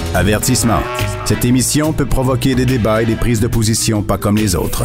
Avertissement. Cette émission peut provoquer des débats et des prises de position pas comme les autres.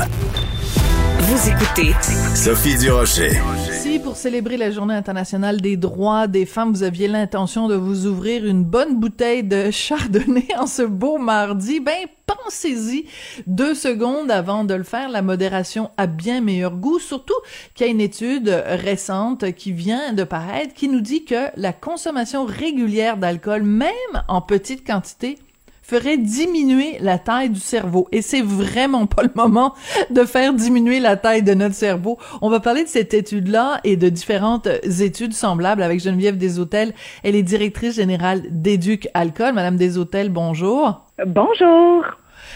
Vous écoutez Sophie Durocher. Si pour célébrer la Journée internationale des droits des femmes, vous aviez l'intention de vous ouvrir une bonne bouteille de Chardonnay en ce beau mardi, ben pensez-y 2 secondes avant de le faire. La modération a bien meilleur goût, surtout qu'il y a une étude récente qui vient de paraître qui nous dit que la consommation régulière d'alcool, même en petite quantité, ferait diminuer la taille du cerveau. Et c'est vraiment pas le moment de faire diminuer la taille de notre cerveau. On va parler de cette étude-là et de différentes études semblables avec Geneviève Desautels. Elle est directrice générale d'Éduc Alcool. Madame Desautels, bonjour. Bonjour.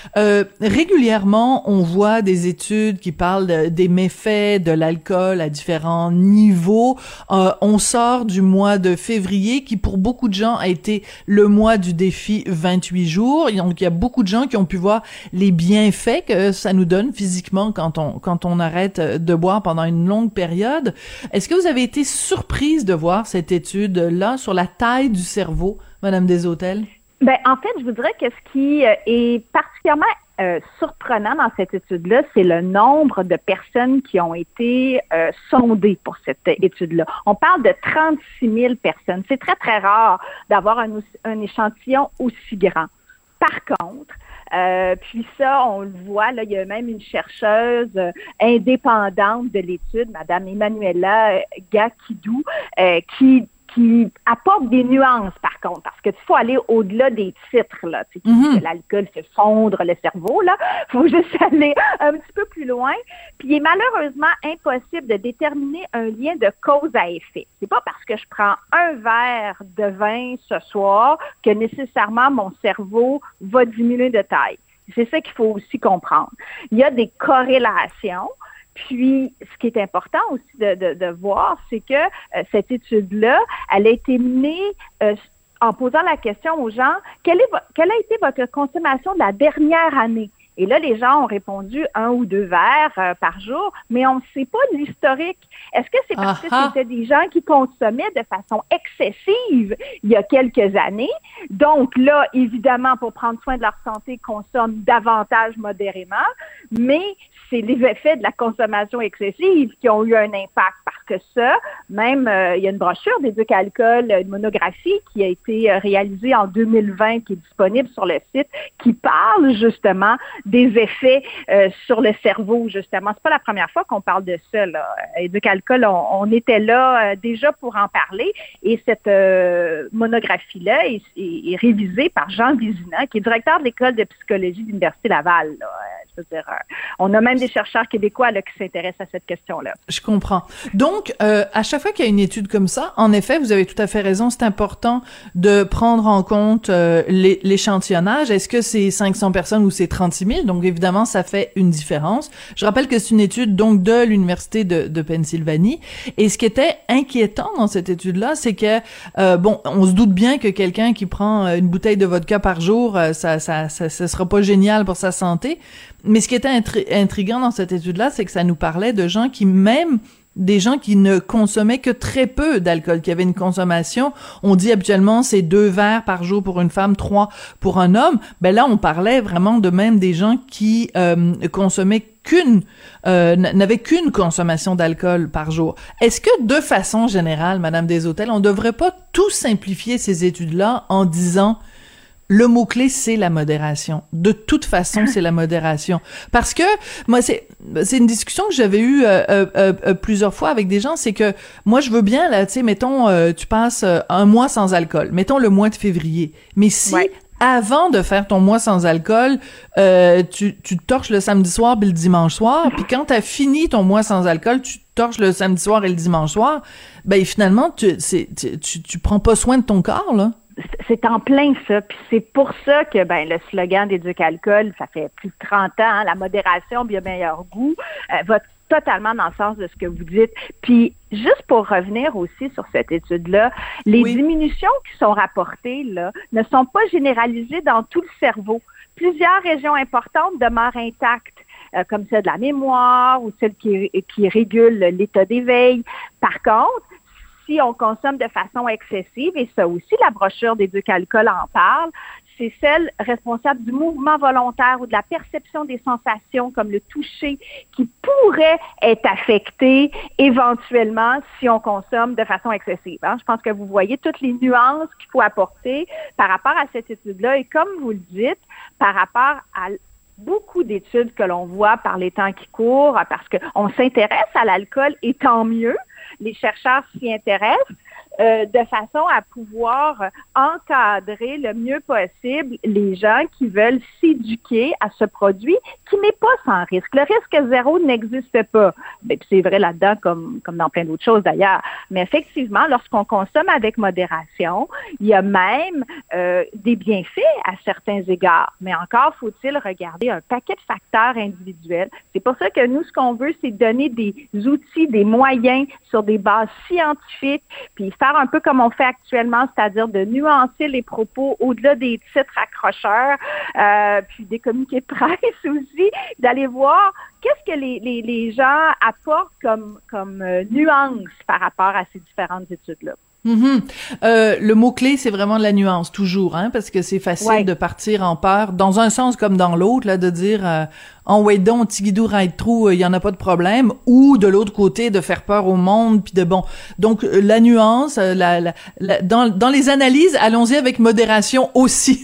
Régulièrement, on voit des études qui parlent des méfaits de l'alcool à différents niveaux. On sort du mois de février qui, pour beaucoup de gens, a été le mois du défi 28 jours. Donc, il y a beaucoup de gens qui ont pu voir les bienfaits que ça nous donne physiquement quand on arrête de boire pendant une longue période. Est-ce que vous avez été surprise de voir cette étude-là sur la taille du cerveau, Madame Desautels? Ben, en fait, je vous dirais que ce qui est particulièrement surprenant dans cette étude-là, c'est le nombre de personnes qui ont été sondées pour cette étude-là. On parle de 36 000 personnes. C'est très, très rare d'avoir un échantillon aussi grand. Par contre, puis ça, on le voit, là, il y a même une chercheuse indépendante de l'étude, Madame Emmanuela Gakidou, qui apporte des nuances, par contre, parce que il faut aller au-delà des titres, là. Tu sais, que l'alcool fait fondre le cerveau, là. Faut juste aller un petit peu plus loin. Puis, il est malheureusement impossible de déterminer un lien de cause à effet. C'est pas parce que je prends un verre de vin ce soir que nécessairement mon cerveau va diminuer de taille. C'est ça qu'il faut aussi comprendre. Il y a des corrélations. Puis, ce qui est important aussi de voir, c'est que cette étude-là, elle a été menée en posant la question aux gens, quelle a été votre consommation de la dernière année? Et là, les gens ont répondu 1 ou 2 verres par jour, mais on ne sait pas l'historique. Est-ce que c'est parce que c'était des gens qui consommaient de façon excessive il y a quelques années? Donc là, évidemment, pour prendre soin de leur santé, consomment davantage modérément, mais c'est les effets de la consommation excessive qui ont eu un impact. Parce que ça, même, il y a une brochure d'Éduc Alcool, une monographie qui a été réalisée en 2020, qui est disponible sur le site, qui parle justement des effets sur le cerveau, justement. C'est pas la première fois qu'on parle de ça, là. Éduc Alcool, on était là déjà pour en parler. Et cette monographie-là est révisée par Jean Vizina, qui est directeur de l'École de psychologie de l'Université Laval, là. Je veux dire, on a même des chercheurs québécois là, qui s'intéressent à cette question-là. Je comprends. Donc, à chaque fois qu'il y a une étude comme ça, en effet, vous avez tout à fait raison, c'est important de prendre en compte l'échantillonnage. Est-ce que c'est 500 personnes ou c'est 36 000? Donc, évidemment, ça fait une différence. Je rappelle que c'est une étude donc de l'Université de Pennsylvanie. Et ce qui était inquiétant dans cette étude-là, c'est que, on se doute bien que quelqu'un qui prend une bouteille de vodka par jour, ça sera pas génial pour sa santé. Mais ce qui était intriguant dans cette étude-là, c'est que ça nous parlait de gens qui, même des gens qui ne consommaient que très peu d'alcool, qui avaient une consommation, on dit habituellement c'est 2 verres par jour pour une femme, 3 pour un homme. Ben là, on parlait vraiment de même des gens qui consommaient n'avaient qu'une consommation d'alcool par jour. Est-ce que, de façon générale, Madame Desautels, on devrait pas tout simplifier ces études-là en disant le mot-clé, c'est la modération. De toute façon, c'est la modération. Parce que, moi, c'est une discussion que j'avais eue plusieurs fois avec des gens, c'est que, moi, je veux bien, là, tu sais, mettons, tu passes un mois sans alcool. Mettons le mois de février. Mais si, avant de faire ton mois sans alcool, tu te torches le samedi soir puis le dimanche soir, puis quand t'as fini ton mois sans alcool, tu te torches le samedi soir et le dimanche soir, ben, finalement, tu prends pas soin de ton corps, là. C'est en plein ça. Puis c'est pour ça que le slogan d'Éduc Alcool, ça fait plus de 30 ans, hein, la modération, bien meilleur goût, va totalement dans le sens de ce que vous dites. Puis juste pour revenir aussi sur cette étude-là, les diminutions qui sont rapportées là ne sont pas généralisées dans tout le cerveau. Plusieurs régions importantes demeurent intactes. Comme celle de la mémoire ou celle qui régule l'état d'éveil. Par contre, si on consomme de façon excessive, et ça aussi, la brochure d'Éduc Alcool en parle, c'est celle responsable du mouvement volontaire ou de la perception des sensations comme le toucher qui pourrait être affectée éventuellement si on consomme de façon excessive. Hein. Je pense que vous voyez toutes les nuances qu'il faut apporter par rapport à cette étude-là et comme vous le dites, par rapport à beaucoup d'études que l'on voit par les temps qui courent, parce qu'on s'intéresse à l'alcool et tant mieux, les chercheurs s'y intéressent, de façon à pouvoir encadrer le mieux possible les gens qui veulent s'éduquer à ce produit qui n'est pas sans risque. Le risque zéro n'existe pas. Mais c'est vrai là-dedans comme dans plein d'autres choses d'ailleurs. Mais effectivement, lorsqu'on consomme avec modération, il y a même des bienfaits à certains égards. Mais encore faut-il regarder un paquet de facteurs individuels. C'est pour ça que nous, ce qu'on veut, c'est donner des outils, des moyens sur des bases scientifiques, puis faire un peu comme on fait actuellement, c'est-à-dire de nuancer les propos au-delà des titres accrocheurs, puis des communiqués de presse aussi, d'aller voir qu'est-ce que les gens apportent comme nuance par rapport à ces différentes études-là. Le mot-clé, c'est vraiment la nuance, toujours, hein, parce que c'est facile de partir en peur, dans un sens comme dans l'autre, là, de dire en wait donc, tigidou, ride trou, il y en a pas de problème, ou de l'autre côté, de faire peur au monde, puis de bon. Donc, la nuance, dans les analyses, allons-y avec modération aussi.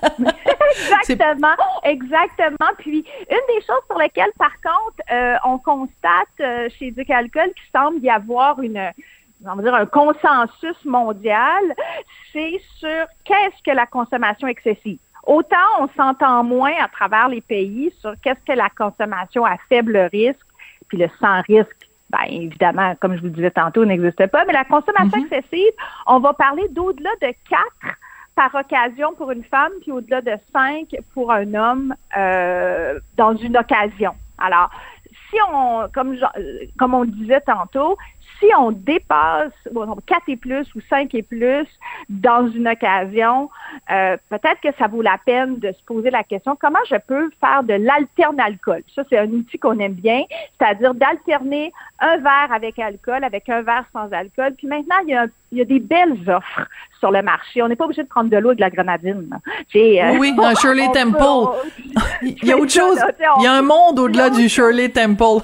Exactement. Puis, une des choses sur lesquelles, par contre, on constate chez Éduc Alcool qu'il semble y avoir un consensus mondial, c'est sur qu'est-ce que la consommation excessive. Autant on s'entend moins à travers les pays sur qu'est-ce que la consommation à faible risque, puis le sans risque, bien évidemment, comme je vous disais tantôt, n'existe pas, mais la consommation excessive, on va parler d'au-delà de 4 par occasion pour une femme, puis au-delà de 5 pour un homme dans une occasion. Alors, si on, comme on le disait tantôt, si on dépasse 4 et plus ou 5 et plus dans une occasion, peut-être que ça vaut la peine de se poser la question, comment je peux faire de l'alterne-alcool? Ça, c'est un outil qu'on aime bien, c'est-à-dire d'alterner un verre avec alcool avec un verre sans alcool. Puis maintenant, il y a des belles offres sur le marché. On n'est pas obligé de prendre de l'eau avec de la grenadine. Oui, un Shirley Temple. Il y a autre chose. Il y a un monde au-delà du Shirley Temple.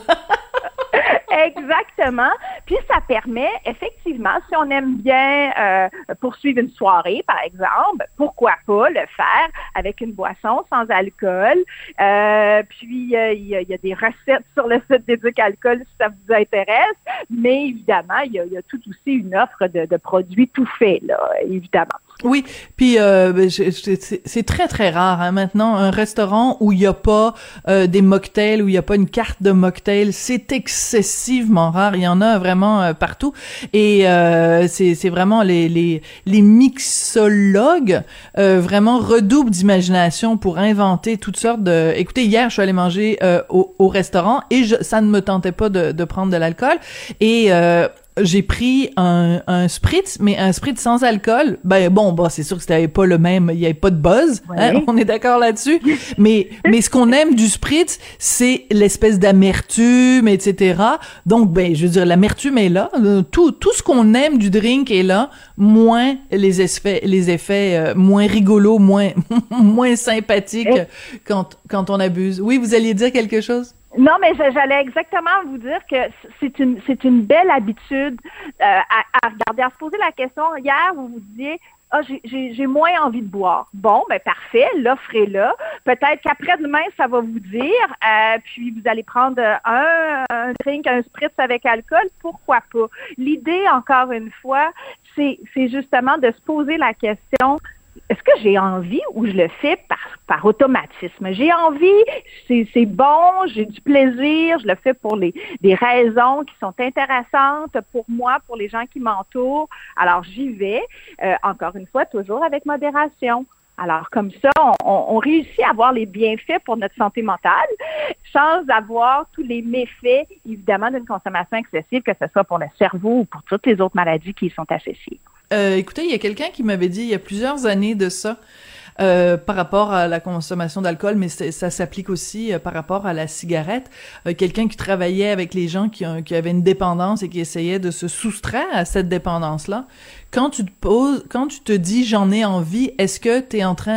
Exactement. Puis ça permet, effectivement, si on aime bien poursuivre une soirée, par exemple, pourquoi pas le faire avec une boisson sans alcool. Puis il y a des recettes sur le site d'Éduc Alcool si ça vous intéresse. Mais évidemment, il y a tout aussi une offre de produits tout faits, là, évidemment. Oui, puis c'est très très rare hein, maintenant un restaurant où il y a pas des mocktails, où il y a pas une carte de mocktail, c'est excessivement rare, il y en a vraiment partout et c'est vraiment les mixologues vraiment redoublent d'imagination pour inventer toutes sortes de. Écoutez, hier je suis allée manger au restaurant et ça ne me tentait pas de prendre de l'alcool et j'ai pris un spritz, mais un spritz sans alcool. Ben bon, c'est sûr que c'était pas le même, il y avait pas de buzz, hein, on est d'accord là-dessus. mais ce qu'on aime du spritz, c'est l'espèce d'amertume, etc. Donc je veux dire, l'amertume est là, tout ce qu'on aime du drink est là, moins les effets moins rigolos, moins sympathiques quand on abuse. Oui, vous alliez dire quelque chose? Non, mais j'allais exactement vous dire que c'est une belle habitude à regarder, à se poser la question. Hier, vous vous disiez, j'ai moins envie de boire. Bon, parfait, l'offre est là. Peut-être qu'après-demain, ça va vous dire, puis vous allez prendre un drink, un spritz avec alcool, pourquoi pas? L'idée, encore une fois, c'est justement de se poser la question, est-ce que j'ai envie ou je le fais par automatisme? J'ai envie, c'est bon, j'ai du plaisir, je le fais pour des raisons qui sont intéressantes pour moi, pour les gens qui m'entourent. Alors, j'y vais, encore une fois, toujours avec modération. Alors, comme ça, on réussit à avoir les bienfaits pour notre santé mentale sans avoir tous les méfaits, évidemment, d'une consommation excessive, que ce soit pour le cerveau ou pour toutes les autres maladies qui y sont associées. Écoutez, il y a quelqu'un qui m'avait dit il y a plusieurs années de ça par rapport à la consommation d'alcool, mais ça s'applique aussi par rapport à la cigarette. Quelqu'un qui travaillait avec les gens qui avaient une dépendance et qui essayait de se soustraire à cette dépendance-là. Quand tu te dis j'en ai envie, est-ce que t'es en train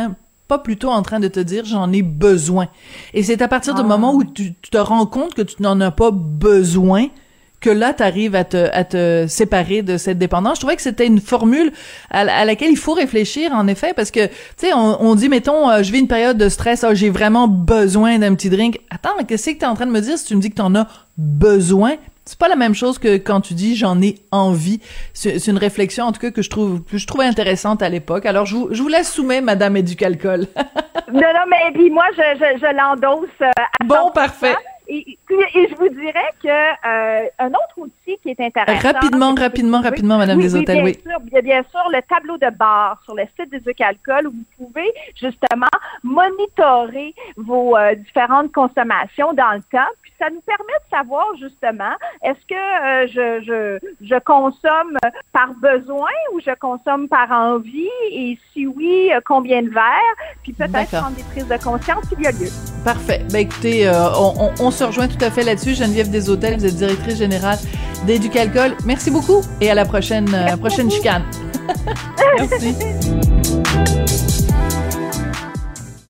pas plutôt en train de te dire j'en ai besoin. Et c'est à partir du moment où tu te rends compte que tu n'en as pas besoin que là, t'arrives à te séparer de cette dépendance. Je trouvais que c'était une formule à laquelle il faut réfléchir, en effet, parce que, tu sais, on dit, mettons, je vis une période de stress, j'ai vraiment besoin d'un petit drink. Attends, mais qu'est-ce que t'es en train de me dire si tu me dis que t'en as besoin? C'est pas la même chose que quand tu dis j'en ai envie. C'est une réflexion, en tout cas, que je trouvais intéressante à l'époque. Alors, je vous la soumets, Madame Éducalcool. Non, mais puis moi, je l'endosse à 100%. Bon, parfait. Et je vous dirais que un autre outil qui est intéressant... Rapidement, Madame Desautels, oui. Bien sûr, le tableau de bord sur le site d'Éducalcool où vous pouvez justement monitorer vos différentes consommations dans le temps. Puis ça nous permet de savoir justement, est-ce que je consomme par besoin ou je consomme par envie? Et si oui, combien de verres? Puis peut-être prendre des prises de conscience s'il y a lieu. Parfait. Ben écoutez, on se rejoint tout à fait là-dessus. Geneviève Desautels, vous êtes directrice générale d'Éducalcool. Merci beaucoup et à la prochaine chicane. Merci.